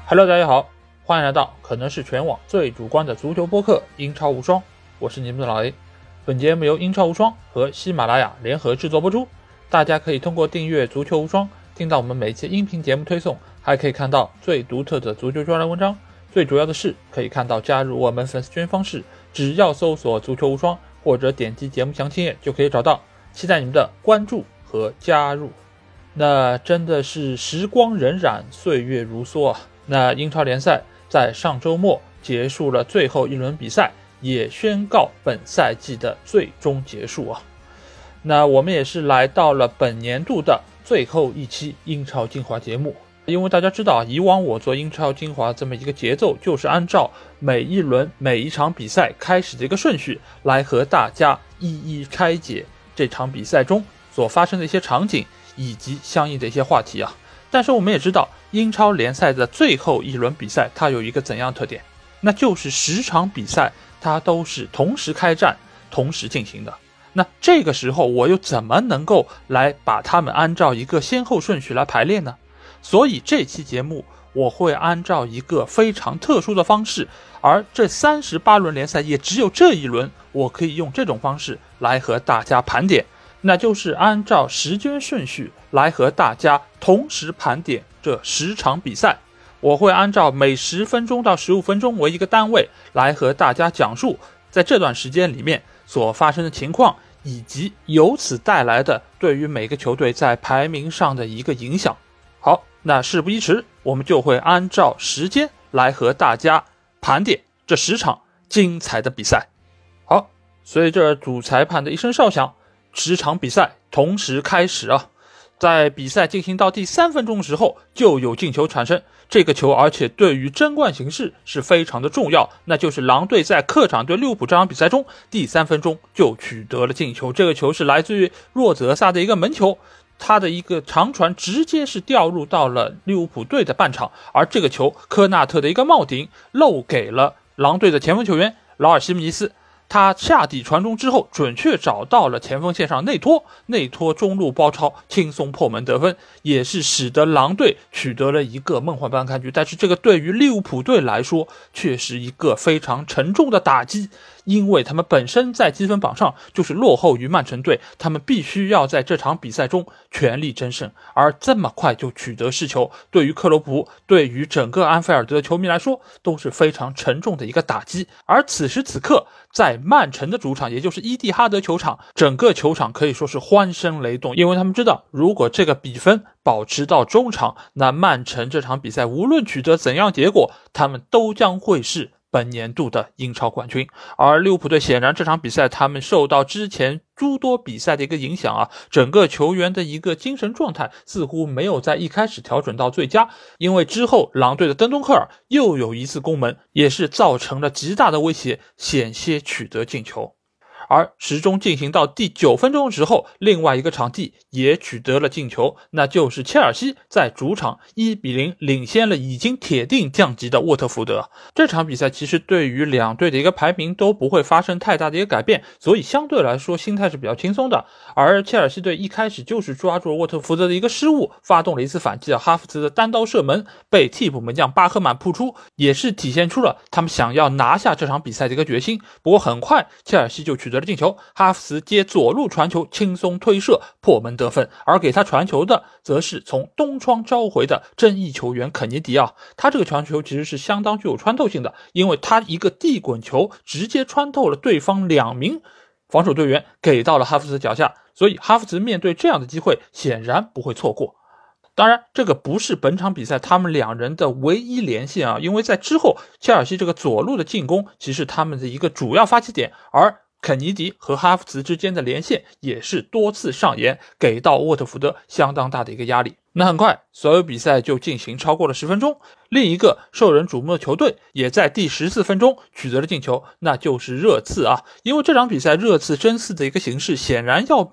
Hello， 大家好，欢迎来到可能是全网最主观的足球播客英超无双，我是你们的老 A。本节目由英超无双和喜马拉雅联合制作播出，大家可以通过订阅足球无双听到我们每期音频节目推送，还可以看到最独特的足球专栏文章。最主要的是可以看到加入我们粉丝群方式，只要搜索足球无双或者点击节目详情页就可以找到，期待你们的关注和加入。那真的是时光荏苒，岁月如梭啊。那英超联赛在上周末结束了最后一轮比赛，也宣告本赛季的最终结束啊。那我们也是来到了本年度的最后一期英超精华节目。因为大家知道，以往我做英超精华这么一个节奏，就是按照每一轮每一场比赛开始的一个顺序来和大家一一拆解这场比赛中所发生的一些场景以及相应的一些话题啊。但是我们也知道，英超联赛的最后一轮比赛它有一个怎样的特点，那就是10场比赛它都是同时开战同时进行的。那这个时候我又怎么能够来把它们按照一个先后顺序来排列呢？所以这期节目我会按照一个非常特殊的方式，而这38轮联赛也只有这一轮我可以用这种方式来和大家盘点，那就是按照时间顺序来和大家同时盘点这10场比赛。我会按照每10分钟到15分钟为一个单位来和大家讲述在这段时间里面所发生的情况，以及由此带来的对于每个球队在排名上的一个影响。好，那事不宜迟，我们就会按照时间来和大家盘点这10场精彩的比赛。好，随着主裁判的一声哨响，10场比赛同时开始啊。在比赛进行到第3分钟的时候就有进球产生，这个球而且对于争冠形势是非常的重要，那就是狼队在客场对利物浦这场比赛中第3分钟就取得了进球。这个球是来自于若泽萨的一个门球，他的一个长传直接是掉入到了利物浦队的半场，而这个球科纳特的一个帽顶漏给了狼队的前锋球员劳尔西姆尼斯，他下底传中之后准确找到了前锋线上内托中路包抄，轻松破门得分，也是使得狼队取得了一个梦幻般开局。但是这个对于利物浦队来说却是一个非常沉重的打击，因为他们本身在积分榜上就是落后于曼城队，他们必须要在这场比赛中全力争胜，而这么快就取得失球，对于克洛普，对于整个安菲尔德的球迷来说都是非常沉重的一个打击。而此时此刻在曼城的主场，也就是伊蒂哈德球场，整个球场可以说是欢声雷动，因为他们知道如果这个比分保持到中场，那曼城这场比赛无论取得怎样结果，他们都将会是本年度的英超冠军。而利物浦队显然这场比赛他们受到之前诸多比赛的一个影响啊，整个球员的一个精神状态似乎没有在一开始调整到最佳，因为之后狼队的登东克尔又有一次攻门，也是造成了极大的威胁，险些取得进球。而时钟进行到第9分钟的时候，另外一个场地也取得了进球，那就是切尔西在主场1-0领先了已经铁定降级的沃特福德。这场比赛其实对于两队的一个排名都不会发生太大的一个改变，所以相对来说心态是比较轻松的。而切尔西队一开始就是抓住了沃特福德的一个失误，发动了一次反击，哈弗茨的单刀射门被替补门将巴赫曼扑出，也是体现出了他们想要拿下这场比赛的一个决心。不过很快切尔西就取得了进球，哈弗茨接左路传球轻松推射破门得分，而给他传球的则是从东窗召回的争议球员肯尼迪啊。他这个传球其实是相当具有穿透性的，因为他一个地滚球直接穿透了对方2名防守队员，给到了哈弗茨脚下，所以哈弗茨面对这样的机会显然不会错过。当然这个不是本场比赛他们两人的唯一连线啊，因为在之后切尔西这个左路的进攻其实他们的一个主要发起点，而肯尼迪和哈弗茨之间的连线也是多次上演，给到沃特福德相当大的一个压力。那很快所有比赛就进行超过了10分钟，另一个受人瞩目的球队也在第14分钟取得了进球，那就是热刺啊。因为这场比赛热刺争四的一个形势显然要比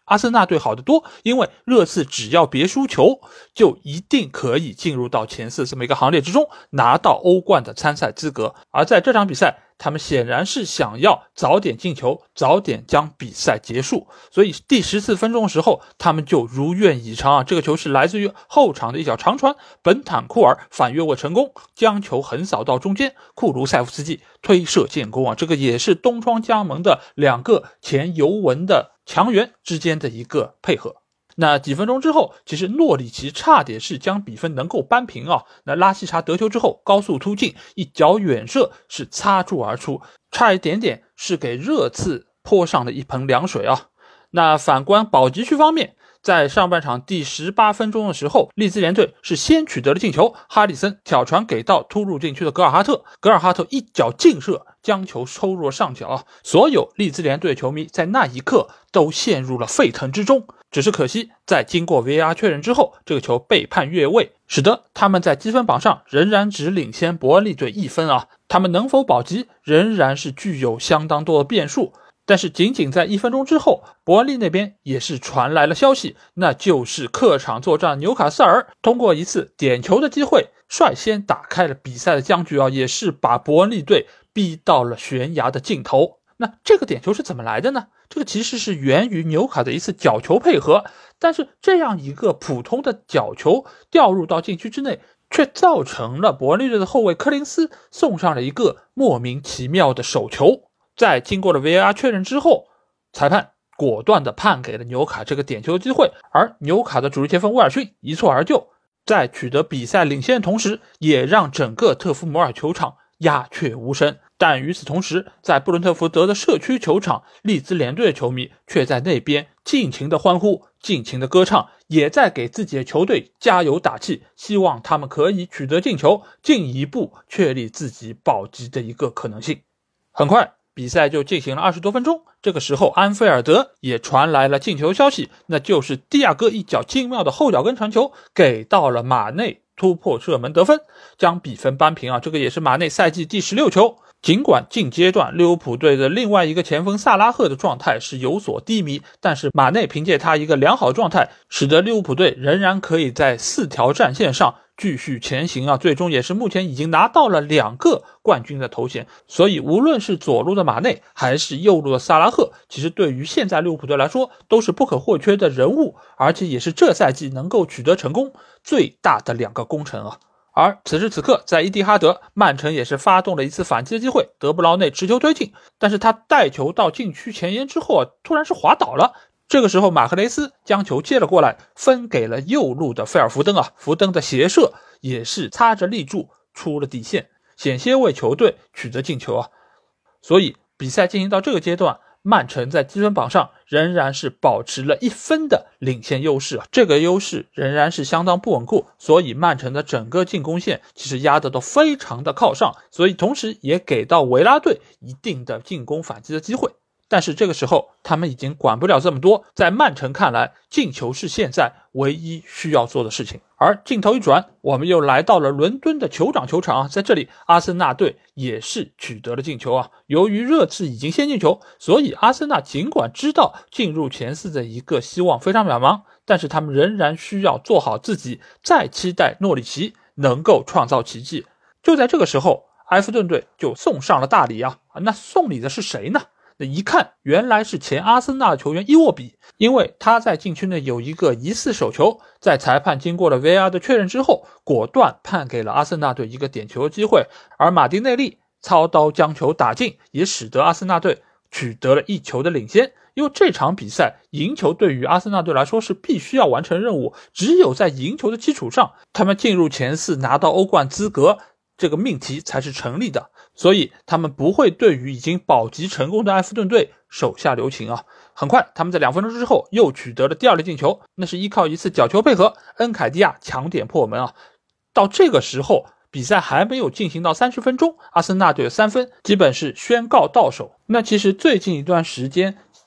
阿森纳队好得多，因为热刺只要别输球，就一定可以进入到前4这么一个行列之中，拿到欧冠的参赛资格。而在这场比赛，他们显然是想要早点进球，早点将比赛结束，所以第14分钟的时候，他们就如愿以偿这个球是来自于后场的一脚长传，本坦库尔反越位成功，将球横扫到中间，库卢塞夫斯基推射建功这个也是东窗加盟的2个前尤文的强援之间的一个配合。那几分钟之后，其实诺里奇差点是将比分能够扳平那拉希查得球之后高速突进，一脚远射是擦柱而出，差一点点是给热刺泼上了一盆凉水那反观保级区方面，在上半场第18分钟的时候，利兹联队是先取得了进球，哈里森挑传给到突入禁区的格尔哈特，格尔哈特一脚劲射将球抽入上角所有利兹联队球迷在那一刻都陷入了沸腾之中。只是可惜，在经过 VAR 确认之后，这个球被判越位，使得他们在积分榜上仍然只领先伯恩利队1分他们能否保级仍然是具有相当多的变数。但是仅仅在1分钟之后，伯恩利那边也是传来了消息，那就是客场作战纽卡斯尔通过一次点球的机会率先打开了比赛的僵局也是把伯恩利队逼到了悬崖的尽头。那这个点球是怎么来的呢？这个其实是源于纽卡的一次角球配合，但是这样一个普通的角球掉入到禁区之内，却造成了伯恩利队的后卫柯林斯送上了一个莫名其妙的手球。在经过了 VAR 确认之后，裁判果断地判给了纽卡这个点球的机会，而纽卡的主力前锋威尔逊一蹴而就，在取得比赛领先的同时，也让整个特夫摩尔球场鸦雀无声。但与此同时，在布伦特福德的社区球场，利兹联队的球迷却在那边尽情的欢呼，尽情的歌唱，也在给自己的球队加油打气，希望他们可以取得进球，进一步确立自己保级的一个可能性。很快比赛就进行了20多分钟，这个时候安菲尔德也传来了进球消息，那就是蒂亚戈一脚精妙的后脚跟传球给到了马内，突破射门得分，将比分扳平这个也是马内赛季第16球。尽管近阶段利物浦队的另外一个前锋萨拉赫的状态是有所低迷，但是马内凭借他一个良好状态，使得利物浦队仍然可以在4条战线上继续前行最终也是目前已经拿到了2个冠军的头衔。所以无论是左路的马内还是右路的萨拉赫，其实对于现在利物浦队来说都是不可或缺的人物，而且也是这赛季能够取得成功最大的2个功臣而此时此刻，在伊蒂哈德，曼城也是发动了一次反击的机会，德布劳内持球推进，但是他带球到禁区前沿之后突然是滑倒了。这个时候马赫雷斯将球接了过来，分给了右路的菲尔福登福登的斜射也是擦着立柱出了底线，险些为球队取得进球所以比赛进行到这个阶段，曼城在积分榜上仍然是保持了1分的领先优势这个优势仍然是相当不稳固，所以曼城的整个进攻线其实压得都非常的靠上，所以同时也给到维拉队一定的进攻反击的机会。但是这个时候他们已经管不了这么多，在曼城看来，进球是现在唯一需要做的事情。而镜头一转，我们又来到了伦敦的酋长球场在这里阿森纳队也是取得了进球由于热刺已经先进球，所以阿森纳尽管知道进入前4的一个希望非常渺茫，但是他们仍然需要做好自己，再期待诺里奇能够创造奇迹。就在这个时候，埃弗顿队就送上了大礼那送礼的是谁呢？那一看原来是前阿森纳球员伊沃比，因为他在禁区内有一个疑似手球，在裁判经过了 VAR 的确认之后，果断判给了阿森纳队一个点球的机会，而马丁内利操刀将球打进，也使得阿森纳队取得了1球的领先。因为这场比赛赢球对于阿森纳队来说是必须要完成任务，只有在赢球的基础上，他们进入前4拿到欧冠资格这个命题才是成立的，所以他们不会对于已经保级成功的埃弗顿队手下留情很快他们在2分钟之后又取得了第2粒进球，那是依靠一次角球配合，恩凯迪亚强点破门到这个时候比赛还没有进行到30分钟，阿森纳队的3分基本是宣告到手。那其实最近一段时间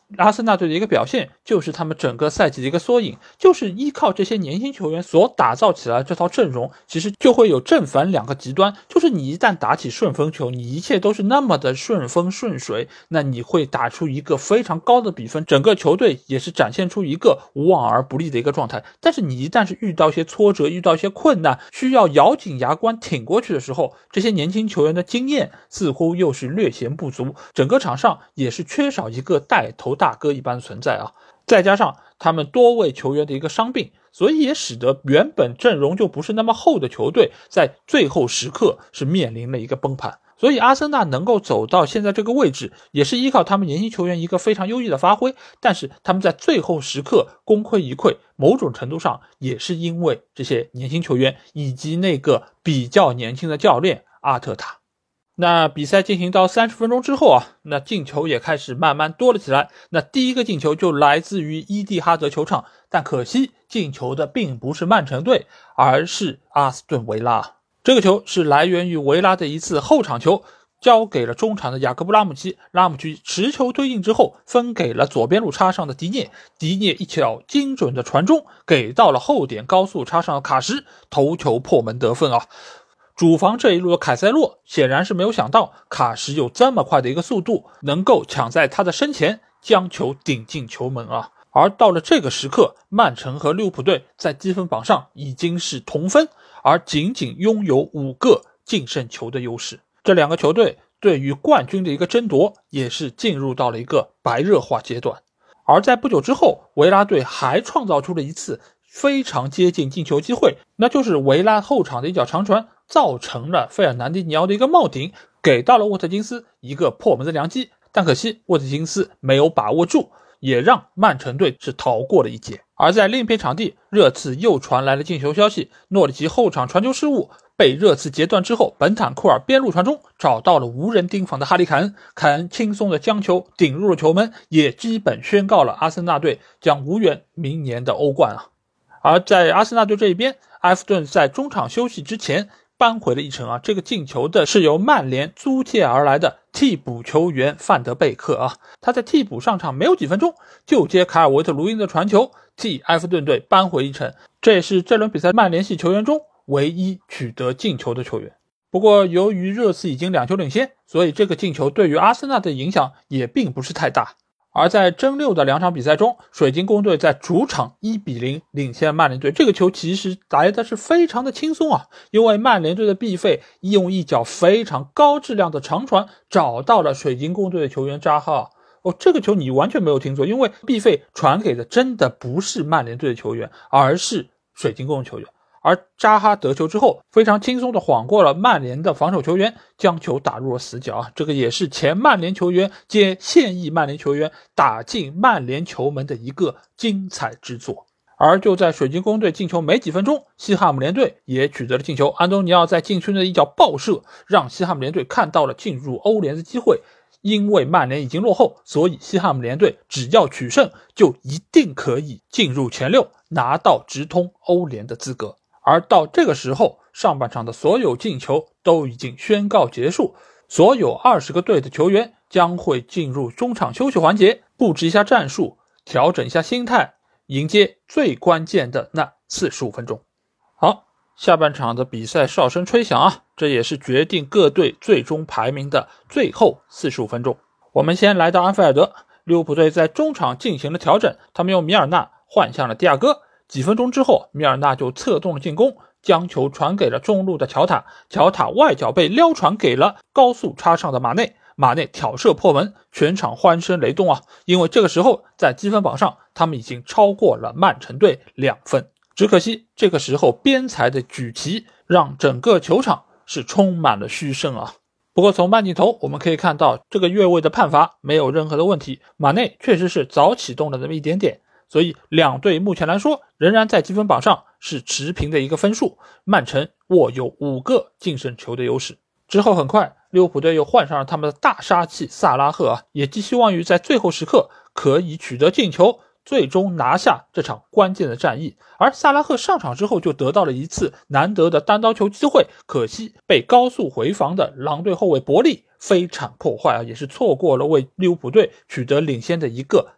阿森纳队的一个表现就是他们整个赛季的一个缩影，就是依靠这些年轻球员所打造起来这套阵容，其实就会有正反两个极端，就是你一旦打起顺风球，你一切都是那么的顺风顺水，那你会打出一个非常高的比分，整个球队也是展现出一个无往而不利的一个状态。但是你一旦是遇到一些挫折，遇到一些困难，需要咬紧牙关挺过去的时候，这些年轻球员的经验似乎又是略显不足，整个场上也是缺少一个带头大哥一般的存在啊。再加上他们多位球员的一个伤病，所以也使得原本阵容就不是那么厚的球队在最后时刻是面临了一个崩盘。所以阿森纳能够走到现在这个位置，也是依靠他们年轻球员一个非常优异的发挥，但是他们在最后时刻功亏一篑，某种程度上也是因为这些年轻球员以及那个比较年轻的教练阿特塔。那比赛进行到30分钟之后啊，那进球也开始慢慢多了起来。那第一个进球就来自于伊蒂哈德球场，但可惜进球的并不是曼城队，而是阿斯顿维拉。这个球是来源于维拉的一次后场球，交给了中场的雅各布拉姆齐，拉姆齐持球推进之后分给了左边路插上的迪涅，迪涅一脚精准的传中，给到了后点高速插上的卡什，头球破门得分啊。主防这一路的凯塞洛显然是没有想到卡什有这么快的一个速度，能够抢在他的身前将球顶进球门啊。而到了这个时刻，曼城和利物浦队在积分榜上已经是同分，而仅仅拥有5个净胜球的优势。这两个球队对于冠军的一个争夺也是进入到了一个白热化阶段。而在不久之后，维拉队还创造出了一次非常接近进球机会，那就是维拉后场的一脚长传，造成了费尔南迪尼奥的一个帽顶，给到了沃特金斯一个破门的良机，但可惜沃特金斯没有把握住，也让曼城队是逃过了一劫。而在另一片场地，热刺又传来了进球消息，诺里奇后场传球失误被热刺截断之后，本坦库尔边路传中找到了无人盯防的哈利凯恩，凯恩轻松的将球顶入了球门，也基本宣告了阿森纳队将无缘明年的欧冠啊。而在阿森纳队这一边，埃弗顿在中场休息之前扳回了一城啊，这个进球的是由曼联租借而来的替补球员范德贝克啊，他在替补上场没有几分钟，就接凯尔维特卢因的传球，替埃弗顿队扳回一城，这也是这轮比赛曼联系球员中唯一取得进球的球员。不过由于热刺已经2球领先，所以这个进球对于阿森纳的影响也并不是太大。而在争六的2场比赛中，水晶宫队在主场1-0领先曼联队，这个球其实来的是非常的轻松啊，因为曼联队的毕费用一脚非常高质量的长传找到了水晶宫队的球员扎哈。这个球你完全没有听错，因为毕费传给的真的不是曼联队的球员，而是水晶宫的球员。而扎哈得球之后非常轻松的晃过了曼联的防守球员，将球打入了死角啊！这个也是前曼联球员兼现役曼联球员打进曼联球门的一个精彩之作。而就在水晶宫队进球没几分钟，西汉姆联队也取得了进球，安东尼奥在禁区内的一脚爆射让西汉姆联队看到了进入欧联的机会。因为曼联已经落后，所以西汉姆联队只要取胜就一定可以进入前6，拿到直通欧联的资格。而到这个时候，上半场的所有进球都已经宣告结束，所有20个队的球员将会进入中场休息环节，布置一下战术，调整一下心态，迎接最关键的那45分钟。好，下半场的比赛哨声吹响啊，这也是决定各队最终排名的最后45分钟。我们先来到安菲尔德，利物浦队在中场进行了调整，他们用米尔纳换向了迪亚哥。几分钟之后，米尔纳就策动了进攻，将球传给了中路的乔塔，乔塔外脚被撩传给了高速插上的马内，马内挑射破门，全场欢声雷动啊！因为这个时候在积分榜上，他们已经超过了曼城队2分。只可惜这个时候边裁的举旗让整个球场是充满了嘘声啊！不过从慢镜头我们可以看到，这个越位的判罚没有任何的问题，马内确实是早启动了那么一点点。所以两队目前来说仍然在积分榜上是持平的一个分数，曼城握有5个净胜球的优势。之后很快利物浦队又换上了他们的大杀器萨拉赫啊，也寄希望于在最后时刻可以取得进球，最终拿下这场关键的战役。而萨拉赫上场之后就得到了一次难得的单刀球机会，可惜被高速回防的狼队后卫伯利飞铲破坏啊，也是错过了为利物浦队取得领先的一个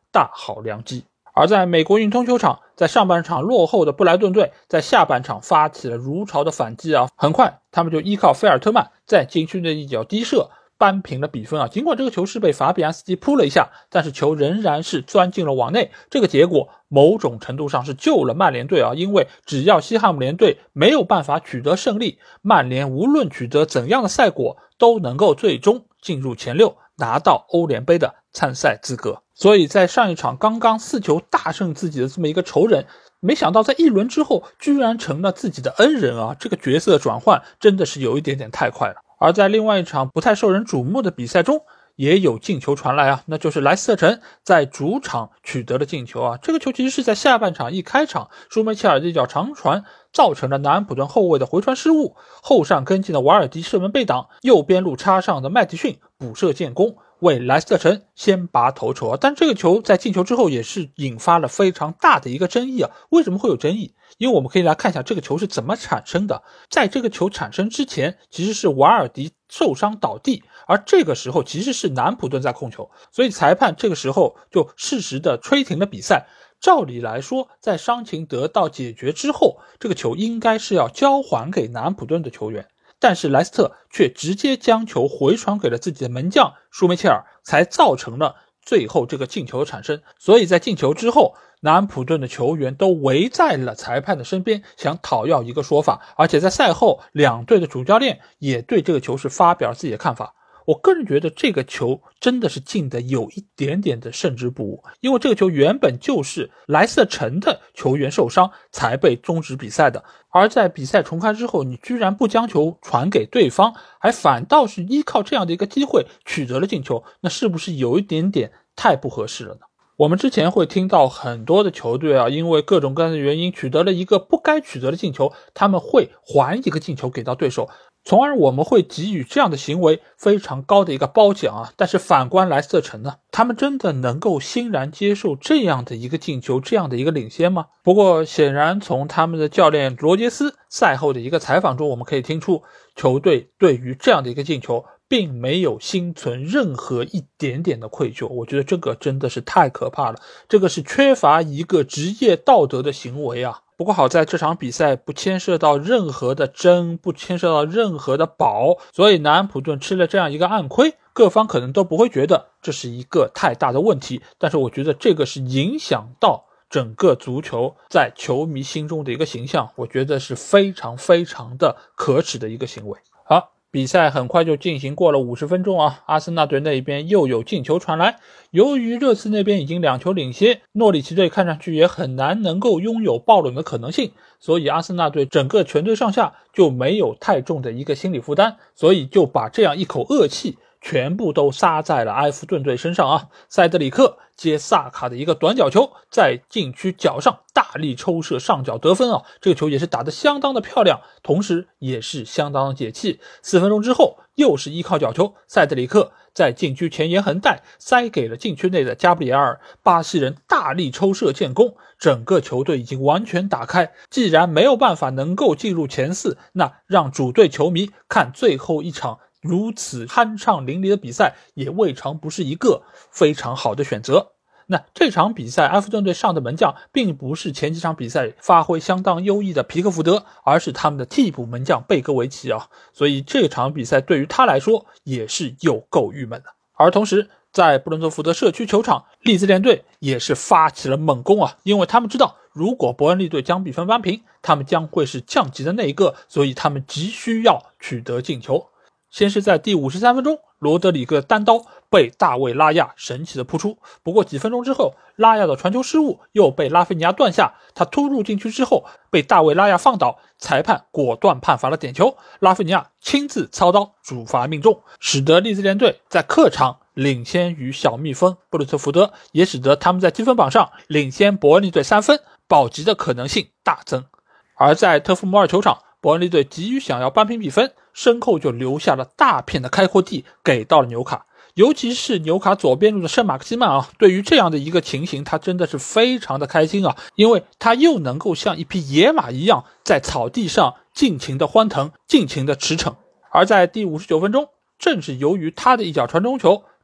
大好良机。而在美国运通球场，在上半场落后的布莱顿队在下半场发起了如潮的反击啊，很快他们就依靠菲尔特曼在禁区内一脚低射扳平了比分啊。尽管这个球是被法比安斯基扑了一下，但是球仍然是钻进了网内。这个结果某种程度上是救了曼联队啊，因为只要西汉姆联队没有办法取得胜利，曼联无论取得怎样的赛果都能够最终进入前6，拿到欧联杯的参赛资格。所以在上一场刚刚4球大胜自己的这么一个仇人，没想到在一轮之后居然成了自己的恩人啊，这个角色转换真的是有一点点太快了。而在另外一场不太受人瞩目的比赛中，也有进球传来啊，那就是莱斯特城在主场取得了进球啊。这个球其实是在下半场一开场，舒梅切尔的一脚长传造成了南安普顿后卫的回传失误，后上跟进的瓦尔迪射门被挡，右边路插上的麦迪逊补射建功，为莱斯特城先拔头筹啊。但这个球在进球之后也是引发了非常大的一个争议啊。为什么会有争议？因为我们可以来看一下这个球是怎么产生的。在这个球产生之前，其实是瓦尔迪受伤倒地，而这个时候其实是南安普顿在控球，所以裁判这个时候就适时的吹停了比赛。照理来说，在伤情得到解决之后，这个球应该是要交还给南安普顿的球员，但是莱斯特却直接将球回传给了自己的门将舒梅切尔，才造成了最后这个进球的产生。所以在进球之后，南安普顿的球员都围在了裁判的身边，想讨要一个说法，而且在赛后两队的主教练也对这个球是发表自己的看法。我个人觉得这个球真的是进的有一点点的胜之不武，因为这个球原本就是莱斯特城的球员受伤才被终止比赛的，而在比赛重开之后，你居然不将球传给对方，还反倒是依靠这样的一个机会取得了进球，那是不是有一点点太不合适了呢？我们之前会听到很多的球队啊，因为各种各样的原因取得了一个不该取得的进球，他们会还一个进球给到对手，从而我们会给予这样的行为非常高的一个褒奖啊。但是反观莱斯特城呢，他们真的能够欣然接受这样的一个进球，这样的一个领先吗？不过显然从他们的教练罗杰斯赛后的一个采访中，我们可以听出球队对于这样的一个进球并没有心存任何一点点的愧疚。我觉得这个真的是太可怕了，这个是缺乏一个职业道德的行为啊。不过好在这场比赛不牵涉到任何的争，不牵涉到任何的保，所以南安普顿吃了这样一个暗亏，各方可能都不会觉得这是一个太大的问题，但是我觉得这个是影响到整个足球在球迷心中的一个形象，我觉得是非常非常的可耻的一个行为。好，比赛很快就进行过了50分钟啊，阿森纳队那边又有进球传来。由于热刺那边已经2球领先，诺里奇队看上去也很难能够拥有爆冷的可能性，所以阿森纳队整个全队上下就没有太重的一个心理负担，所以就把这样一口恶气全部都撒在了埃弗顿队身上啊。塞德里克接萨卡的一个短角球，在禁区角上大力抽射上角得分啊，这个球也是打得相当的漂亮，同时也是相当的解气。4分钟之后又是依靠角球，塞德里克在禁区前沿横带塞给了禁区内的加布里埃尔，巴西人大力抽射建功，整个球队已经完全打开。既然没有办法能够进入前4，那让主队球迷看最后一场如此酣畅淋漓的比赛也未尝不是一个非常好的选择。那这场比赛埃弗顿队上的门将并不是前几场比赛发挥相当优异的皮克福德，而是他们的替补门将贝戈维奇啊，所以这场比赛对于他来说也是有够郁闷的。而同时在布伦特福德社区球场，利兹联队也是发起了猛攻啊，因为他们知道如果伯恩利队将比分扳平，他们将会是降级的那一个，所以他们急需要取得进球。先是在第53分钟，罗德里戈单刀被大卫拉亚神奇的扑出，不过几分钟之后，拉亚的传球失误又被拉菲尼亚断下，他突入禁区之后被大卫拉亚放倒，裁判果断判罚了点球，拉菲尼亚亲自操刀主罚命中，使得利兹联队在客场领先于小蜜蜂布伦特福德，也使得他们在积分榜上领先伯恩利队3分，保级的可能性大增。而在特夫摩尔球场，伯恩利队急于想要扳平比分，身后就留下了大片的开阔地给到了纽卡，尤其是纽卡左边路的圣马克西曼啊，对于这样的一个情形他真的是非常的开心啊，因为他又能够像一匹野马一样在草地上尽情的欢腾，尽情的驰骋。而在第59分钟，正是由于他的一脚传中球，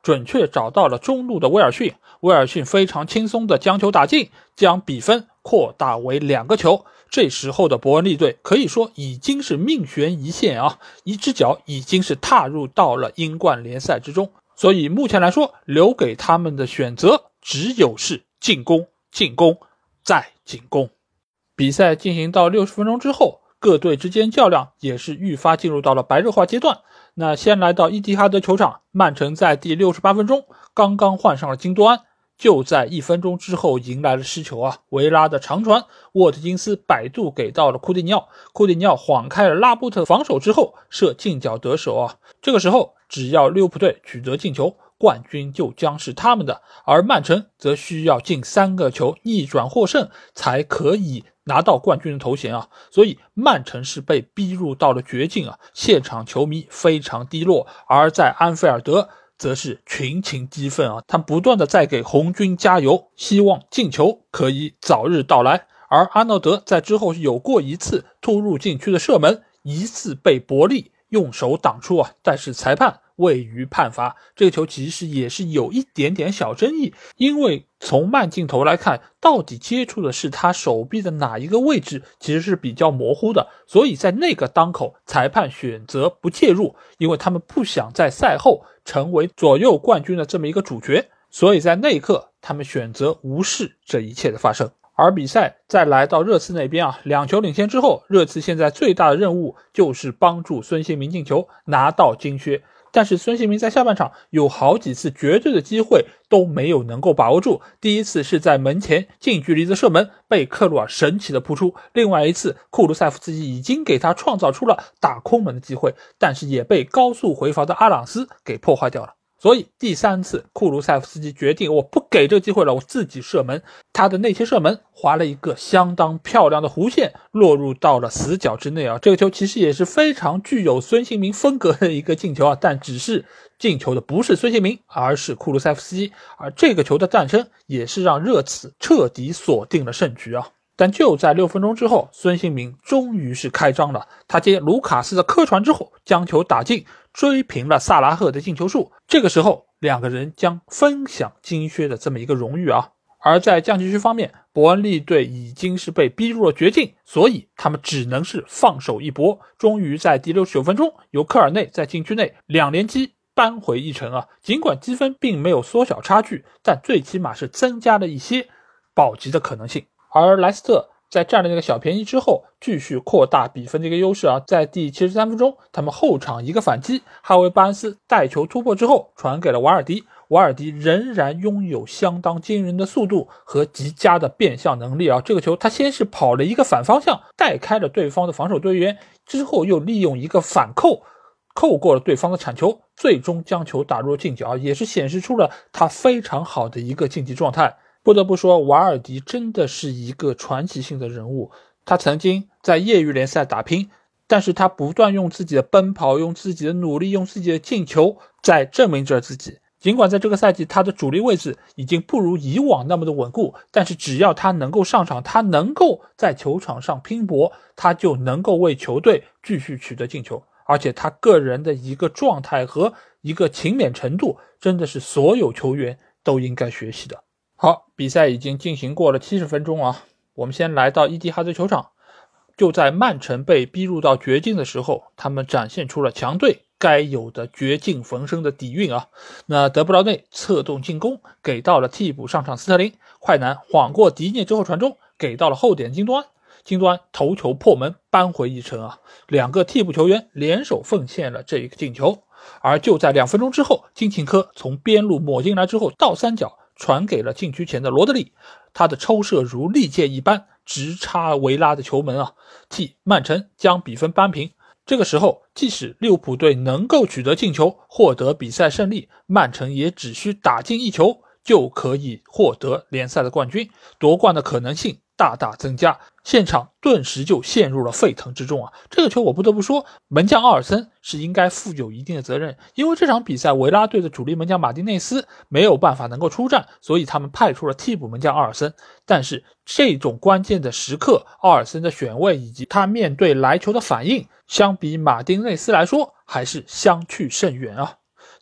准确找到了中路的威尔逊，威尔逊非常轻松的将球打进，将比分扩大为2个球。这时候的伯恩利队可以说已经是命悬一线啊，一只脚已经是踏入到了英冠联赛之中。所以目前来说，留给他们的选择只有是进攻，进攻，再进攻。比赛进行到60分钟之后，各队之间较量也是愈发进入到了白热化阶段。那先来到伊蒂哈德球场，曼城在第68分钟刚刚换上了金多安，就在1分钟之后迎来了失球啊！维拉的长传，沃特金斯摆渡给到了库蒂尼奥，库蒂尼奥晃开了拉波特防守之后射近角得手啊！这个时候只要利物浦队取得进球，冠军就将是他们的，而曼城则需要进3个球逆转获胜才可以拿到冠军的头衔啊！所以曼城是被逼入到了绝境啊！现场球迷非常低落，而在安菲尔德则是群情激愤啊！他不断的在给红军加油，希望进球可以早日到来。而阿诺德在之后有过一次突入禁区的射门，疑似被伯利用手挡出啊，但是裁判未予判罚。这个球其实也是有一点点小争议，因为从慢镜头来看，到底接触的是他手臂的哪一个位置其实是比较模糊的，所以在那个当口裁判选择不介入，因为他们不想在赛后成为左右冠军的这么一个主角，所以在那一刻他们选择无视这一切的发生。而比赛再来到热刺那边啊，2球领先之后，热刺现在最大的任务就是帮助孙兴民进球，拿到金靴。但是孙兴民在下半场有好几次绝对的机会都没有能够把握住，第一次是在门前近距离的射门被克鲁尔神奇的扑出，另外一次库卢塞夫斯基已经给他创造出了打空门的机会，但是也被高速回防的阿朗斯给破坏掉了。所以第3次库卢塞夫斯基决定我不给这个机会了，我自己射门，他的内切射门划了一个相当漂亮的弧线，落入到了死角之内啊！这个球其实也是非常具有孙兴民风格的一个进球啊，但只是进球的不是孙兴民，而是库卢塞夫斯基，而这个球的诞生也是让热刺彻底锁定了胜局啊！但就在6分钟之后，孙兴民终于是开张了，他接卢卡斯的客传之后将球打进，追平了萨拉赫的进球数。这个时候2个人将分享金靴的这么一个荣誉啊。而在降级区方面，伯恩利队已经是被逼入了绝境，所以他们只能是放手一搏，终于在第69分钟由科尔内在禁区内2连击扳回一城啊！尽管积分并没有缩小差距，但最起码是增加了一些保级的可能性。而莱斯特在占了那个小便宜之后，继续扩大比分的一个优势啊！在第73分钟，他们后场一个反击，哈维·巴恩斯带球突破之后传给了瓦尔迪，瓦尔迪仍然拥有相当惊人的速度和极佳的变向能力啊！这个球他先是跑了一个反方向，带开了对方的防守队员，之后又利用一个反扣过了对方的铲球，最终将球打入近角，也是显示出了他非常好的一个竞技状态。不得不说，瓦尔迪真的是一个传奇性的人物。他曾经在业余联赛打拼，但是他不断用自己的奔跑，用自己的努力，用自己的进球在证明着自己。尽管在这个赛季他的主力位置已经不如以往那么的稳固，但是只要他能够上场，他能够在球场上拼搏，他就能够为球队继续取得进球。而且他个人的一个状态和一个勤勉程度，真的是所有球员都应该学习的。好，比赛已经进行过了70分钟啊，我们先来到伊蒂哈德球场。就在曼城被逼入到绝境的时候，他们展现出了强队该有的绝境逢生的底蕴啊。那德布劳内策动进攻，给到了替补上场斯特林，快男晃过迪涅之后传中，给到了后点金多安，金多安头球破门扳回一城啊！2个替补球员联手奉献了这一个进球。而就在2分钟之后，金琴科从边路抹进来之后，倒三角传给了禁区前的罗德里，他的抽射如利剑一般直插维拉的球门啊，替曼城将比分扳平。这个时候，即使利物浦队能够取得进球，获得比赛胜利，曼城也只需打进1球就可以获得联赛的冠军，夺冠的可能性大大增加，现场顿时就陷入了沸腾之中啊！这个球我不得不说，门将奥尔森是应该负有一定的责任，因为这场比赛维拉队的主力门将马丁内斯没有办法能够出战，所以他们派出了替补门将奥尔森。但是这种关键的时刻，奥尔森的选位以及他面对来球的反应，相比马丁内斯来说还是相去甚远啊！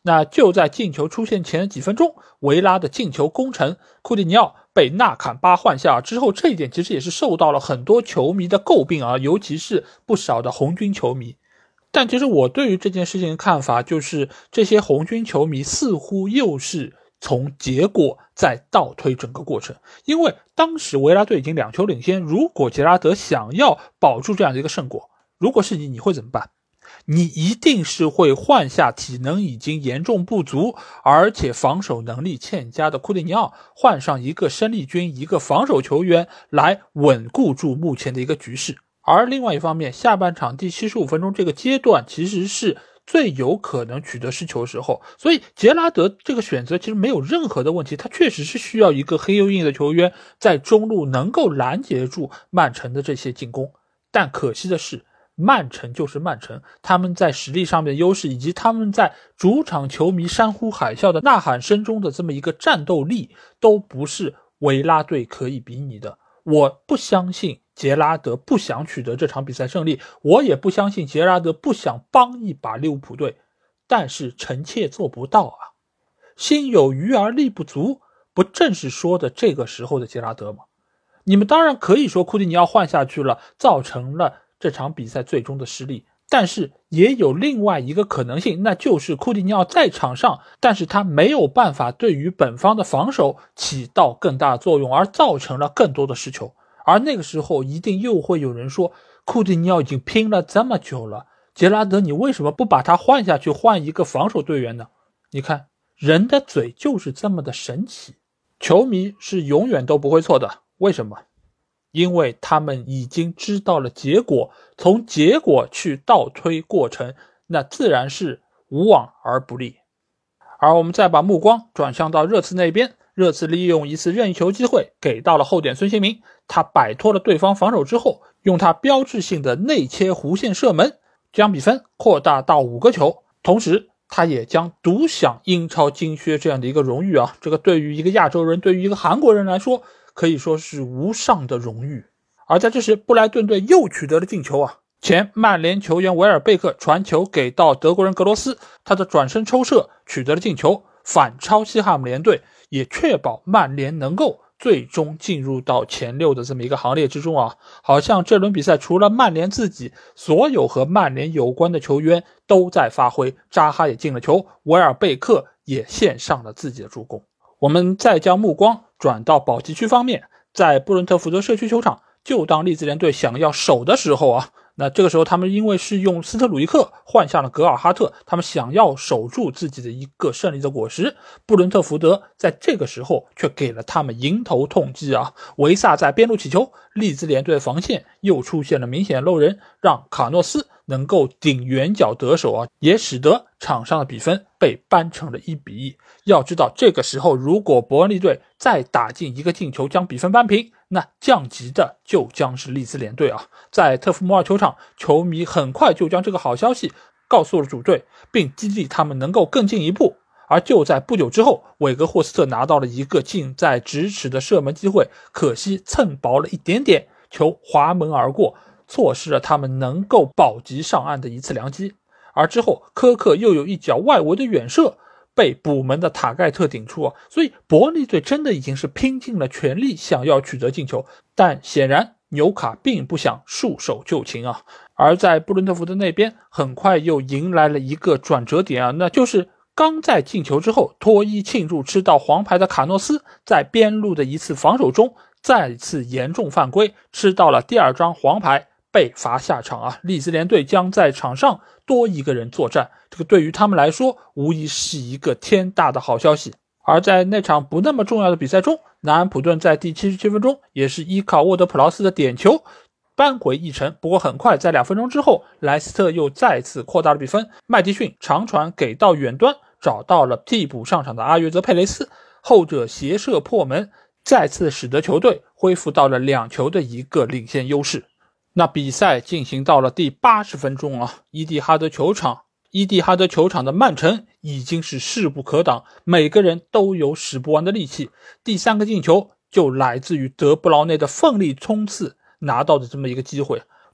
那就在进球出现前的几分钟，维拉的进球功臣库蒂尼奥被纳坎巴换下之后，这一点其实也是受到了很多球迷的诟病啊，尤其是不少的红军球迷。但其实我对于这件事情的看法就是，这些红军球迷似乎又是从结果再倒推整个过程，因为当时维拉队已经2球领先，如果杰拉德想要保住这样的一个胜果，如果是你会怎么办？你一定是会换下体能已经严重不足，而且防守能力欠佳的库蒂尼奥，换上一个生力军，一个防守球员来稳固住目前的一个局势。而另外一方面，下半场第75分钟这个阶段其实是最有可能取得失球的时候，所以杰拉德这个选择其实没有任何的问题，他确实是需要一个黑又硬的球员在中路能够拦截住曼城的这些进攻。但可惜的是，曼城就是曼城，他们在实力上面的优势，以及他们在主场球迷山呼海啸的呐喊声中的这么一个战斗力，都不是维拉队可以比拟的。我不相信杰拉德不想取得这场比赛胜利，我也不相信杰拉德不想帮一把利物浦队，但是臣妾做不到啊。心有余而力不足，不正是说的这个时候的杰拉德吗？你们当然可以说库蒂尼奥换下去了，造成了这场比赛最终的失利，但是也有另外一个可能性，那就是库蒂尼奥在场上，但是他没有办法对于本方的防守起到更大的作用，而造成了更多的失球。而那个时候一定又会有人说，库蒂尼奥已经拼了这么久了，杰拉德你为什么不把他换下去，换一个防守队员呢？你看，人的嘴就是这么的神奇。球迷是永远都不会错的，为什么？因为他们已经知道了结果，从结果去倒推过程，那自然是无往而不利。而我们再把目光转向到热刺那边，热刺利用一次任意球机会给到了后点孙兴民，他摆脱了对方防守之后，用他标志性的内切弧线射门，将比分扩大到5个球，同时他也将独享英超金靴这样的一个荣誉啊，这个对于一个亚洲人，对于一个韩国人来说，可以说是无上的荣誉。而在这时，布莱顿队又取得了进球啊！前曼联球员维尔贝克传球给到德国人格罗斯，他的转身抽射取得了进球，反超西汉姆联队，也确保曼联能够最终进入到前6的这么一个行列之中啊！好像这轮比赛除了曼联自己，所有和曼联有关的球员都在发挥，扎哈也进了球，维尔贝克也献上了自己的助攻。我们再将目光转到保级区方面，在布伦特福德社区球场，就当利兹联队想要守的时候啊，那这个时候他们因为是用斯特鲁伊克换下了格尔哈特，他们想要守住自己的一个胜利的果实，布伦特福德在这个时候却给了他们迎头痛击啊！维萨在边路起球，利兹联队的防线又出现了明显漏人，让卡诺斯能够顶远角得手啊，也使得场上的比分被扳成了1-1。要知道这个时候如果伯恩利队再打进一个进球将比分扳平，那降级的就将是利兹联队啊。在特福摩尔球场，球迷很快就将这个好消息告诉了主队，并激励他们能够更进一步。而就在不久之后，韦格霍斯特拿到了一个近在咫尺的射门机会，可惜蹭薄了一点点，球滑门而过，错失了他们能够保级上岸的一次良机。而之后科克又有一脚外围的远射，被补门的塔盖特顶出啊，所以伯恩利队真的已经是拼尽了全力想要取得进球，但显然纽卡并不想束手就擒啊。而在布伦特福德那边，很快又迎来了一个转折点啊，那就是刚在进球之后脱衣庆祝吃到黄牌的卡诺斯，在边路的一次防守中再次严重犯规，吃到了第2张黄牌，被罚下场啊！利兹联队将在场上多一个人作战，这个对于他们来说无疑是一个天大的好消息。而在那场不那么重要的比赛中，南安普顿在第77分钟也是依靠沃德普劳斯的点球扳回一城，不过很快在2分钟之后，莱斯特又再次扩大了比分，麦迪逊长传给到远端，找到了替补上场的阿约泽佩雷斯，后者斜射破门，再次使得球队恢复到了2球的一个领先优势。那比赛进行到了第80分钟啊，伊蒂哈德球场的曼城已经是势不可挡，每个人都有使不完的力气。第3个进球就来自于德布劳内的奋力冲刺拿到的这么一个机会，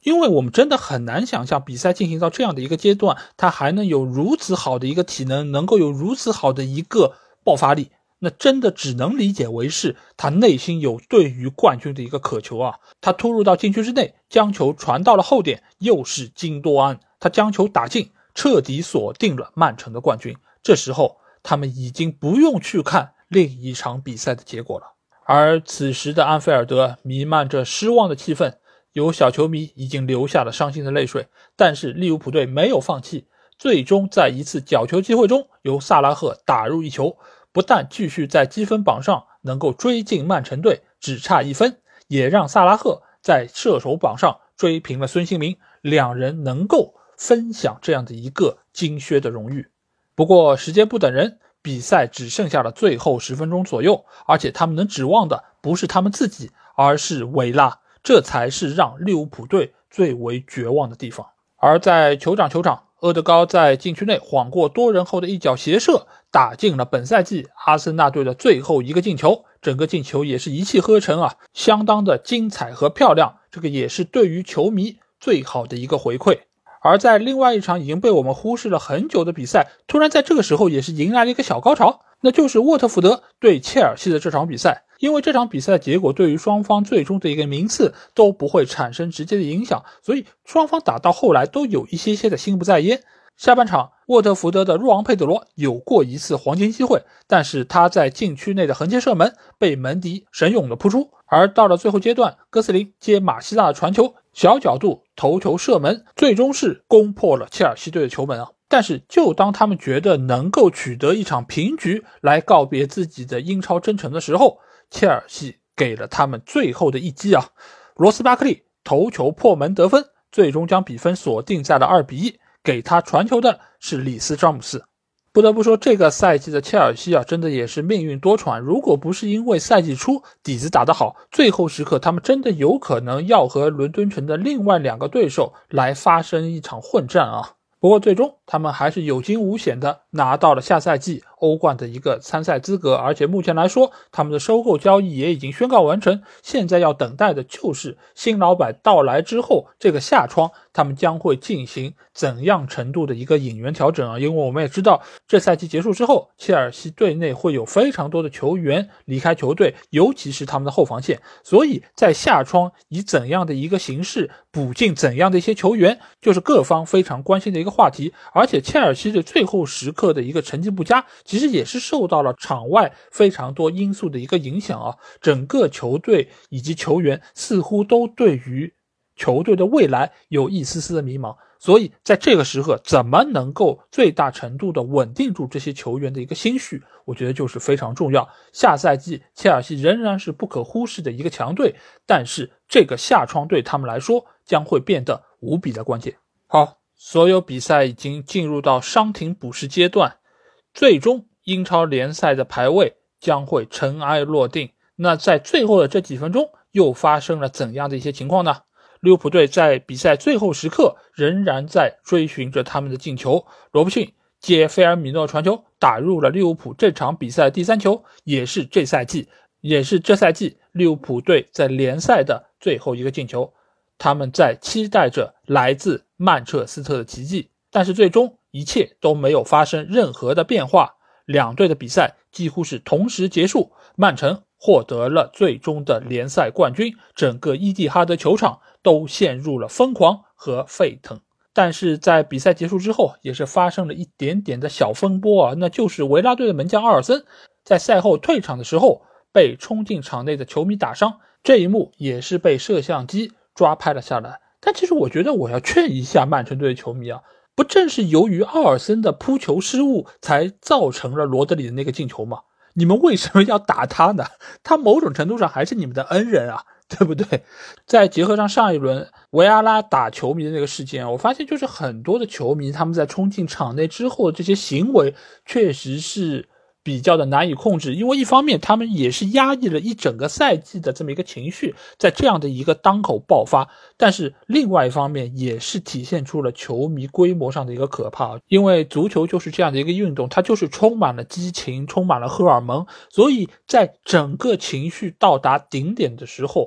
因为我们真的很难想象比赛进行到这样的一个阶段，他还能有如此好的一个体能，能够有如此好的一个爆发力，那真的只能理解为是他内心有对于冠军的一个渴求啊。他突入到禁区之内，将球传到了后点，又是金多安，他将球打进，彻底锁定了曼城的冠军。这时候他们已经不用去看另一场比赛的结果了。而此时的安菲尔德弥漫着失望的气氛，有小球迷已经流下了伤心的泪水，但是利物浦队没有放弃，最终在一次角球机会中由萨拉赫打入一球，不但继续在积分榜上能够追进曼城队，只差1分，也让萨拉赫在射手榜上追平了孙兴民，两人能够分享这样的一个金靴的荣誉。不过时间不等人，比赛只剩下了最后10分钟左右，而且他们能指望的不是他们自己，而是维拉，这才是让利物浦队最为绝望的地方。而在酋长，厄德高在禁区内晃过多人后的一脚斜射，打进了本赛季阿森纳队的最后一个进球，整个进球也是一气呵成啊，相当的精彩和漂亮，这个也是对于球迷最好的一个回馈。而在另外一场已经被我们忽视了很久的比赛，突然在这个时候也是迎来了一个小高潮，那就是沃特福德对切尔西的这场比赛。因为这场比赛的结果对于双方最终的一个名次都不会产生直接的影响，所以双方打到后来都有一些的心不在焉。下半场沃特福德的若昂佩德罗有过一次黄金机会，但是他在禁区内的横切射门被门迪神勇的扑出，而到了最后阶段，哥斯林接马西纳的传球，小角度头球射门，最终是攻破了切尔西队的球门啊。但是就当他们觉得能够取得一场平局来告别自己的英超征程的时候，切尔西给了他们最后的一击啊！罗斯巴克利头球破门得分，最终将比分锁定在了2-1，给他传球的是里斯詹姆斯。不得不说，这个赛季的切尔西啊，真的也是命运多舛。如果不是因为赛季初底子打得好，最后时刻他们真的有可能要和伦敦城的另外2个对手来发生一场混战啊。不过最终他们还是有惊无险的拿到了下赛季欧冠的一个参赛资格，而且目前来说他们的收购交易也已经宣告完成，现在要等待的就是新老板到来之后，这个夏窗他们将会进行怎样程度的一个引援调整啊？因为我们也知道这赛季结束之后，切尔西队内会有非常多的球员离开球队，尤其是他们的后防线，所以在夏窗以怎样的一个形式补进怎样的一些球员，就是各方非常关心的一个话题。而且切尔西的最后时刻的一个成绩不佳，其实也是受到了场外非常多因素的一个影响啊。整个球队以及球员似乎都对于球队的未来有一丝丝的迷茫，所以在这个时刻怎么能够最大程度的稳定住这些球员的一个心绪，我觉得就是非常重要。下赛季切尔西仍然是不可忽视的一个强队，但是这个夏窗对他们来说将会变得无比的关键。好，所有比赛已经进入到伤停补时阶段，最终英超联赛的排位将会尘埃落定。那在最后的这几分钟又发生了怎样的一些情况呢？利物浦队在比赛最后时刻仍然在追寻着他们的进球，罗伯逊接菲尔米诺传球打入了利物浦这场比赛的第3球，也是这赛季利物浦队在联赛的最后一个进球。他们在期待着来自曼彻斯特的奇迹，但是最终一切都没有发生任何的变化，两队的比赛几乎是同时结束，曼城获得了最终的联赛冠军，整个伊蒂哈德球场都陷入了疯狂和沸腾。但是在比赛结束之后也是发生了一点点的小风波啊，那就是维拉队的门将阿尔森在赛后退场的时候被冲进场内的球迷打伤，这一幕也是被摄像机抓拍了下来。但其实我觉得我要劝一下曼城队的球迷啊，不正是由于阿尔森的扑球失误才造成了罗德里的那个进球吗？你们为什么要打他呢？他某种程度上还是你们的恩人啊，对不对？再结合上上一轮维阿拉打球迷的那个事件，我发现就是很多的球迷他们在冲进场内之后的这些行为确实是比较的难以控制，因为一方面他们也是压抑了一整个赛季的这么一个情绪，在这样的一个当口爆发，但是另外一方面也是体现出了球迷规模上的一个可怕，因为足球就是这样的一个运动，它就是充满了激情，充满了荷尔蒙，所以在整个情绪到达顶点的时候，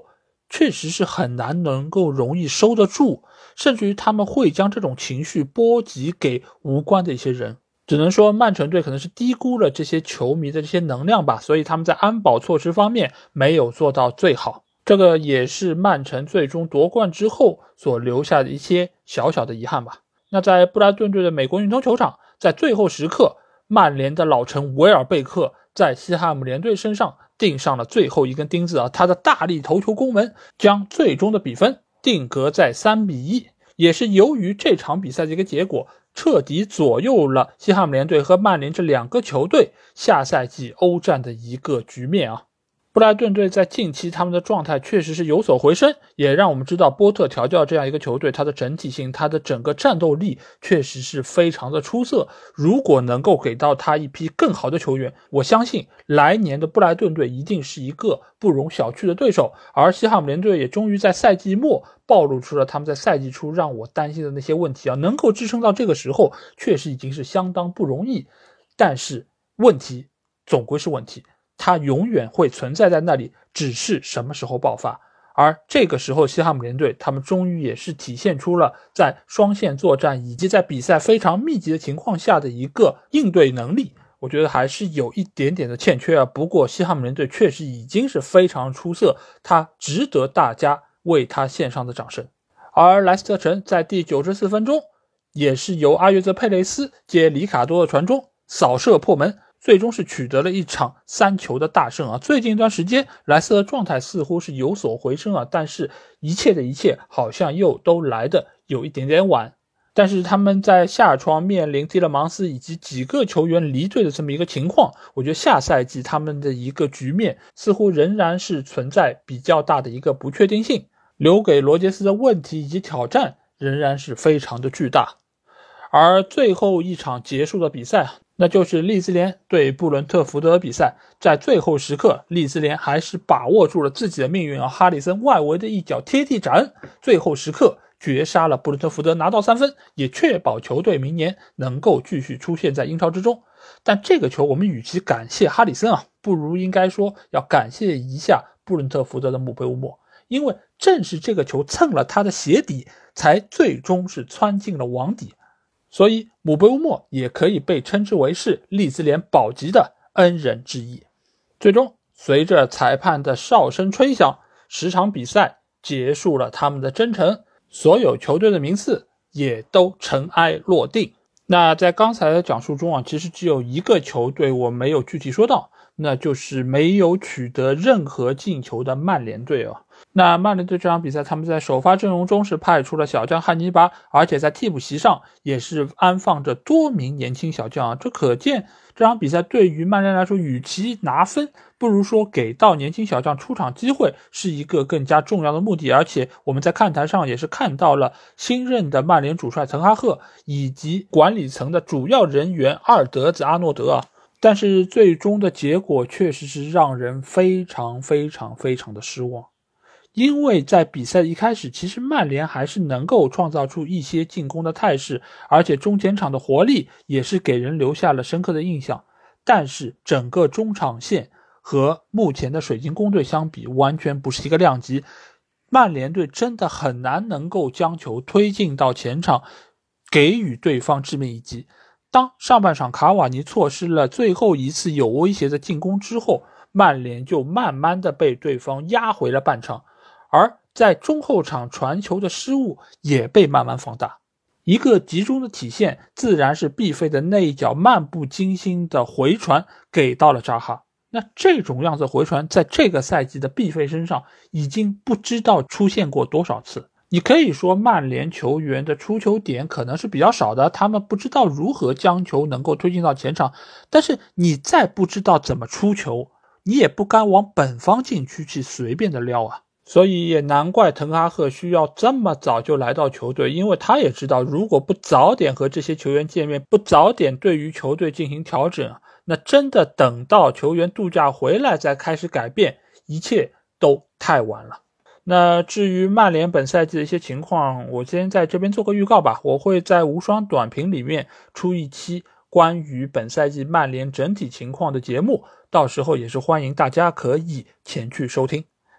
确实是很难能够容易收得住，甚至于他们会将这种情绪波及给无关的一些人。只能说曼城队可能是低估了这些球迷的这些能量吧，所以他们在安保措施方面没有做到最好，这个也是曼城最终夺冠之后所留下的一些小小的遗憾吧。那在布莱顿队的美国运通球场，在最后时刻，曼联的老臣维尔贝克在西汉姆联队身上钉上了最后一根钉子他的大力头球攻门将最终的比分定格在3-1，也是由于这场比赛的一个结果彻底左右了西汉姆联队和曼联这两个球队下赛季欧战的一个局面布莱顿队在近期他们的状态确实是有所回升，也让我们知道波特调教这样一个球队，它的整体性，它的整个战斗力确实是非常的出色。如果能够给到他一批更好的球员，我相信来年的布莱顿队一定是一个不容小觑的对手。而西汉姆联队也终于在赛季末暴露出了他们在赛季初让我担心的那些问题能够支撑到这个时候，确实已经是相当不容易。但是问题总归是问题，它永远会存在在那里，只是什么时候爆发。而这个时候西汉姆联队他们终于也是体现出了在双线作战以及在比赛非常密集的情况下的一个应对能力，我觉得还是有一点点的欠缺不过西汉姆联队确实已经是非常出色，他值得大家为他献上的掌声。而莱斯特城在第94分钟也是由阿约泽佩雷斯接里卡多的传中扫射破门，最终是取得了一场3球的大胜最近一段时间莱斯特的状态似乎是有所回升但是一切的一切好像又都来得有一点点晚。但是他们在夏窗面临蒂勒芒斯以及几个球员离队的这么一个情况，我觉得下赛季他们的一个局面似乎仍然是存在比较大的一个不确定性，留给罗杰斯的问题以及挑战仍然是非常的巨大。而最后一场结束的比赛那就是利兹联对布伦特福德的比赛，在最后时刻利兹联还是把握住了自己的命运哈里森外围的一脚贴地斩，最后时刻绝杀了布伦特福德拿到3分，也确保球队明年能够继续出现在英超之中。但这个球我们与其感谢哈里森不如应该说要感谢一下布伦特福德的姆贝乌莫，因为正是这个球蹭了他的鞋底，才最终是窜进了网底。所以姆贝乌莫也可以被称之为是利兹联保级的恩人之一。最终随着裁判的哨声吹响，10场比赛结束了他们的征程，所有球队的名次也都尘埃落定。那在刚才的讲述中其实只有一个球队我没有具体说到，那就是没有取得任何进球的曼联队那曼联队这场比赛他们在首发阵容中是派出了小将汉尼拔，而且在替补席上也是安放着多名年轻小将这可见这场比赛对于曼联来说，与其拿分不如说给到年轻小将出场机会是一个更加重要的目的。而且我们在看台上也是看到了新任的曼联主帅滕哈赫以及管理层的主要人员二德子阿诺德但是最终的结果确实是让人非常非常非常的失望。因为在比赛一开始，其实曼联还是能够创造出一些进攻的态势，而且中前场的活力也是给人留下了深刻的印象。但是整个中场线和目前的水晶宫队相比，完全不是一个量级。曼联队真的很难能够将球推进到前场，给予对方致命一击。当上半场卡瓦尼错失了最后一次有威胁的进攻之后，曼联就慢慢的被对方压回了半场。而在中后场传球的失误也被慢慢放大，一个集中的体现自然是毕费的那一脚漫不经心的回传给到了扎哈。那这种样子回传在这个赛季的毕费身上已经不知道出现过多少次。你可以说曼联球员的出球点可能是比较少的，他们不知道如何将球能够推进到前场，但是你再不知道怎么出球，你也不该往本方禁区去随便的撩所以也难怪滕哈赫需要这么早就来到球队，因为他也知道如果不早点和这些球员见面，不早点对于球队进行调整那真的等到球员度假回来再开始改变，一切都太晚了。那至于曼联本赛季的一些情况，我先在这边做个预告吧，我会在无双短评里面出一期关于本赛季曼联整体情况的节目，到时候也是欢迎大家可以前去收听。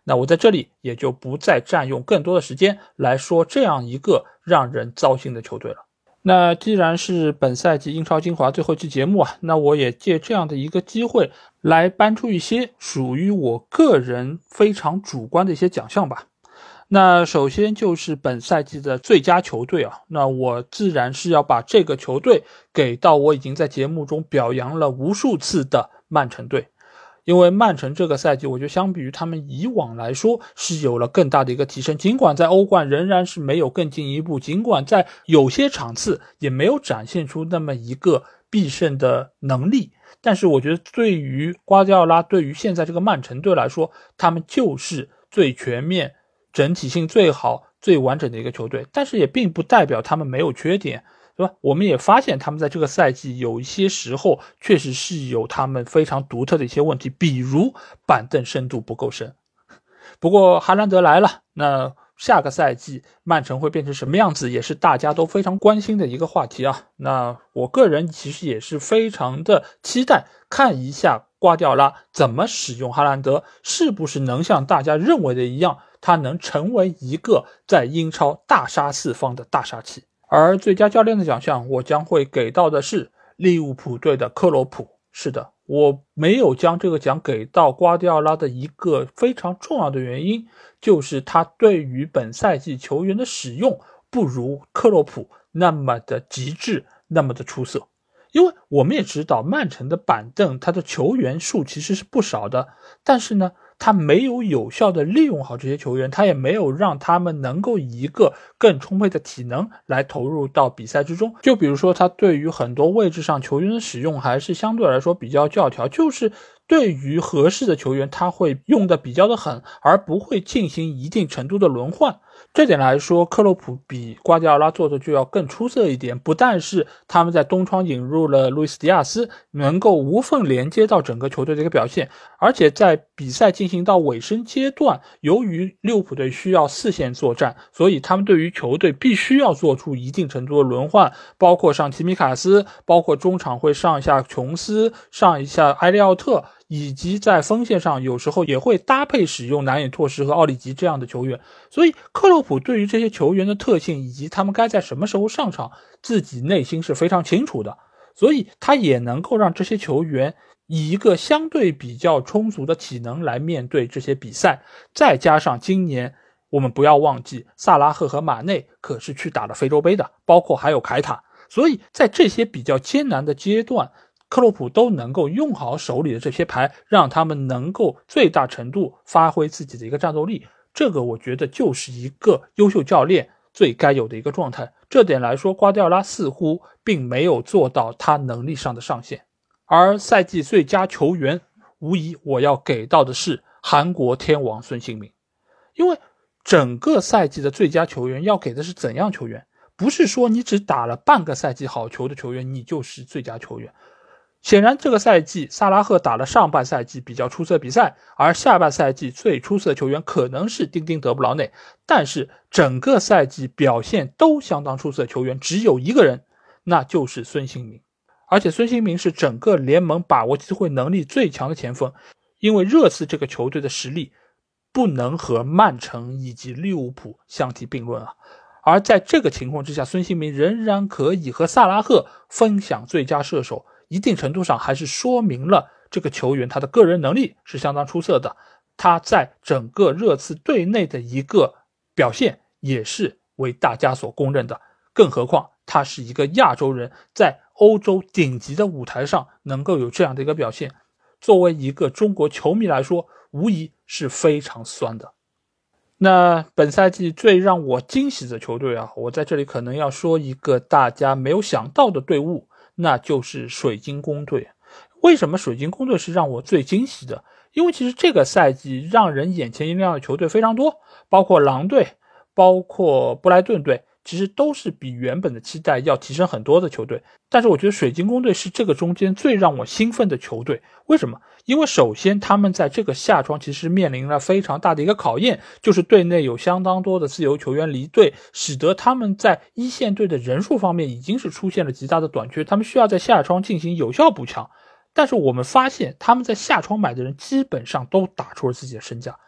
那我在这里也就不再占用更多的时间来说这样一个让人糟心的球队了。那既然是本赛季英超精华最后一期节目啊，那我也借这样的一个机会来搬出一些属于我个人非常主观的一些奖项吧。那首先就是本赛季的最佳球队啊，那我自然是要把这个球队给到我已经在节目中表扬了无数次的曼城队。因为曼城这个赛季我觉得相比于他们以往来说是有了更大的一个提升，尽管在欧冠仍然是没有更进一步，尽管在有些场次也没有展现出那么一个必胜的能力，但是我觉得对于瓜迪奥拉，对于现在这个曼城队来说，他们就是最全面、整体性最好、最完整的一个球队，但是也并不代表他们没有缺点，对吧？我们也发现他们在这个赛季有一些时候确实是有他们非常独特的一些问题，比如板凳深度不够深。不过哈兰德来了，那下个赛季曼城会变成什么样子，也是大家都非常关心的一个话题啊。那我个人其实也是非常的期待看一下瓜迪奥拉怎么使用哈兰德，是不是能像大家认为的一样，他能成为一个在英超大杀四方的大杀器。而最佳教练的奖项我将会给到的是利物浦队的克洛普。是的，我没有将这个奖给到瓜迪奥拉的一个非常重要的原因，就是他对于本赛季球员的使用不如克洛普那么的极致，那么的出色。因为我们也知道曼城的板凳他的球员数其实是不少的，但是呢他没有有效的利用好这些球员，他也没有让他们能够以一个更充沛的体能来投入到比赛之中。就比如说他对于很多位置上球员的使用还是相对来说比较教条，就是对于合适的球员他会用的比较的狠，而不会进行一定程度的轮换。这点来说，克洛普比瓜迪奥拉做的就要更出色一点，不但是他们在冬窗引入了路易斯迪亚斯，能够无缝连接到整个球队的一个表现，而且在比赛进行到尾声阶段，由于利物浦队需要四线作战，所以他们对于球队必须要做出一定程度的轮换，包括上提米卡斯，包括中场会上一下琼斯，上一下埃利奥特，以及在锋线上有时候也会搭配使用南野拓实和奥里吉这样的球员。所以克洛普对于这些球员的特性以及他们该在什么时候上场，自己内心是非常清楚的，所以他也能够让这些球员以一个相对比较充足的体能来面对这些比赛。再加上今年我们不要忘记萨拉赫和马内可是去打了非洲杯的，包括还有凯塔，所以在这些比较艰难的阶段，克洛普都能够用好手里的这些牌，让他们能够最大程度发挥自己的一个战斗力。这个我觉得就是一个优秀教练最该有的一个状态。这点来说，瓜迪奥拉似乎并没有做到他能力上的上限。而赛季最佳球员，无疑我要给到的是韩国天王孙兴民。因为整个赛季的最佳球员要给的是怎样球员？不是说你只打了半个赛季好球的球员你就是最佳球员。显然这个赛季萨拉赫打了上半赛季比较出色比赛，而下半赛季最出色的球员可能是丁丁德布劳内，但是整个赛季表现都相当出色的球员只有一个人，那就是孙兴民。而且孙兴民是整个联盟把握机会能力最强的前锋，因为热刺这个球队的实力不能和曼城以及利物浦相提并论啊。而在这个情况之下，孙兴民仍然可以和萨拉赫分享最佳射手，一定程度上还是说明了这个球员他的个人能力是相当出色的，他在整个热刺队内的一个表现也是为大家所公认的，更何况他是一个亚洲人，在欧洲顶级的舞台上能够有这样的一个表现，作为一个中国球迷来说无疑是非常酸的。那本赛季最让我惊喜的球队啊，我在这里可能要说一个大家没有想到的队伍，那就是水晶宫队。为什么水晶宫队是让我最惊喜的？因为其实这个赛季让人眼前一亮的球队非常多，包括狼队，包括布莱顿队，其实都是比原本的期待要提升很多的球队。但是我觉得水晶宫队是这个中间最让我兴奋的球队。为什么？因为首先他们在这个夏窗其实面临了非常大的一个考验，就是队内有相当多的自由球员离队，使得他们在一线队的人数方面已经是出现了极大的短缺，他们需要在夏窗进行有效补强。但是我们发现他们在夏窗买的人基本上都打出了自己的身价，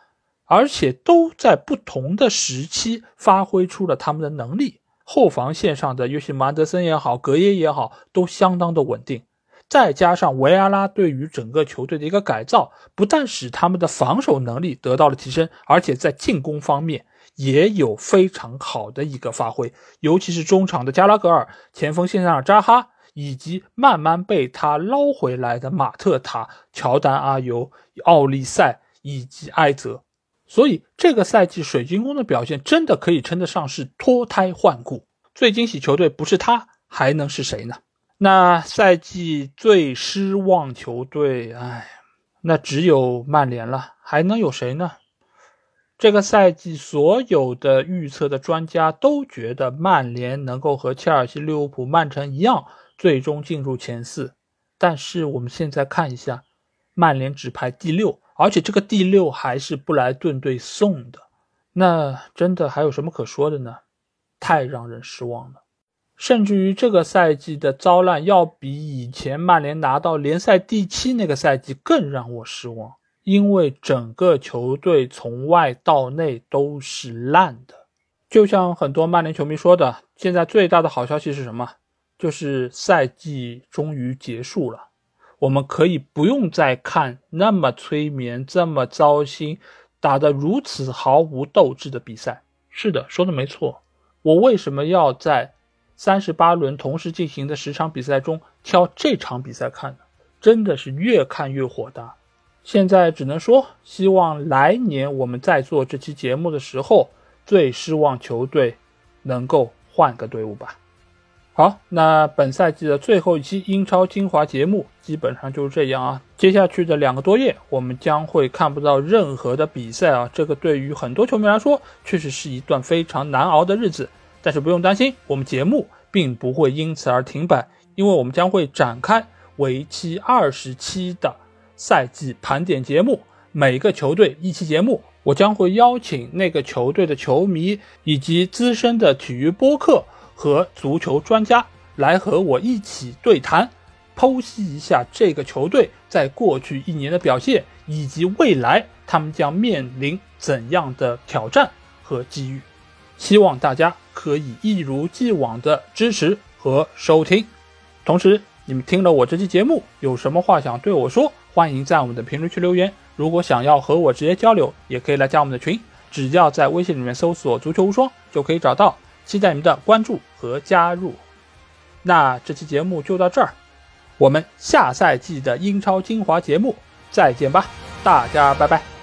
而且都在不同的时期发挥出了他们的能力。后防线上的尤其马德森也好，格耶也好，都相当的稳定。再加上维埃拉对于整个球队的一个改造，不但使他们的防守能力得到了提升，而且在进攻方面也有非常好的一个发挥，尤其是中场的加拉格尔，前锋线上的扎哈，以及慢慢被他捞回来的马特塔、乔丹阿尤、奥利塞以及埃泽。所以这个赛季水晶宫的表现真的可以称得上是脱胎换骨，最惊喜球队不是他还能是谁呢？那赛季最失望球队，那只有曼联了，还能有谁呢？这个赛季所有的预测的专家都觉得曼联能够和切尔西、利物浦、曼城一样最终进入前4，但是我们现在看一下，曼联只排第6，而且这个第6还是布莱顿队送的，那真的还有什么可说的呢？太让人失望了。甚至于这个赛季的糟烂要比以前曼联拿到联赛第7那个赛季更让我失望，因为整个球队从外到内都是烂的。就像很多曼联球迷说的，现在最大的好消息是什么？就是赛季终于结束了，我们可以不用再看那么催眠、这么糟心、打得如此毫无斗志的比赛。是的，说的没错。我为什么要在38轮同时进行的10场比赛中挑这场比赛看呢？真的是越看越火大。现在只能说，希望来年我们在做这期节目的时候，最失望球队能够换个队伍吧。好，那本赛季的最后一期英超精华节目基本上就是这样啊。接下去的2个多月，我们将会看不到任何的比赛啊，这个对于很多球迷来说，确实是一段非常难熬的日子。但是不用担心，我们节目并不会因此而停摆，因为我们将会展开为期20期的赛季盘点节目，每个球队1期节目，我将会邀请那个球队的球迷以及资深的体育播客和足球专家来和我一起对谈，剖析一下这个球队在过去1年的表现，以及未来他们将面临怎样的挑战和机遇。希望大家可以一如既往的支持和收听。同时，你们听了我这期节目，有什么话想对我说，欢迎在我们的评论区留言。如果想要和我直接交流，也可以来加我们的群，只要在微信里面搜索足球无双就可以找到，期待你们的关注和加入。那这期节目就到这儿，我们下赛季的英超精华节目再见吧，大家拜拜。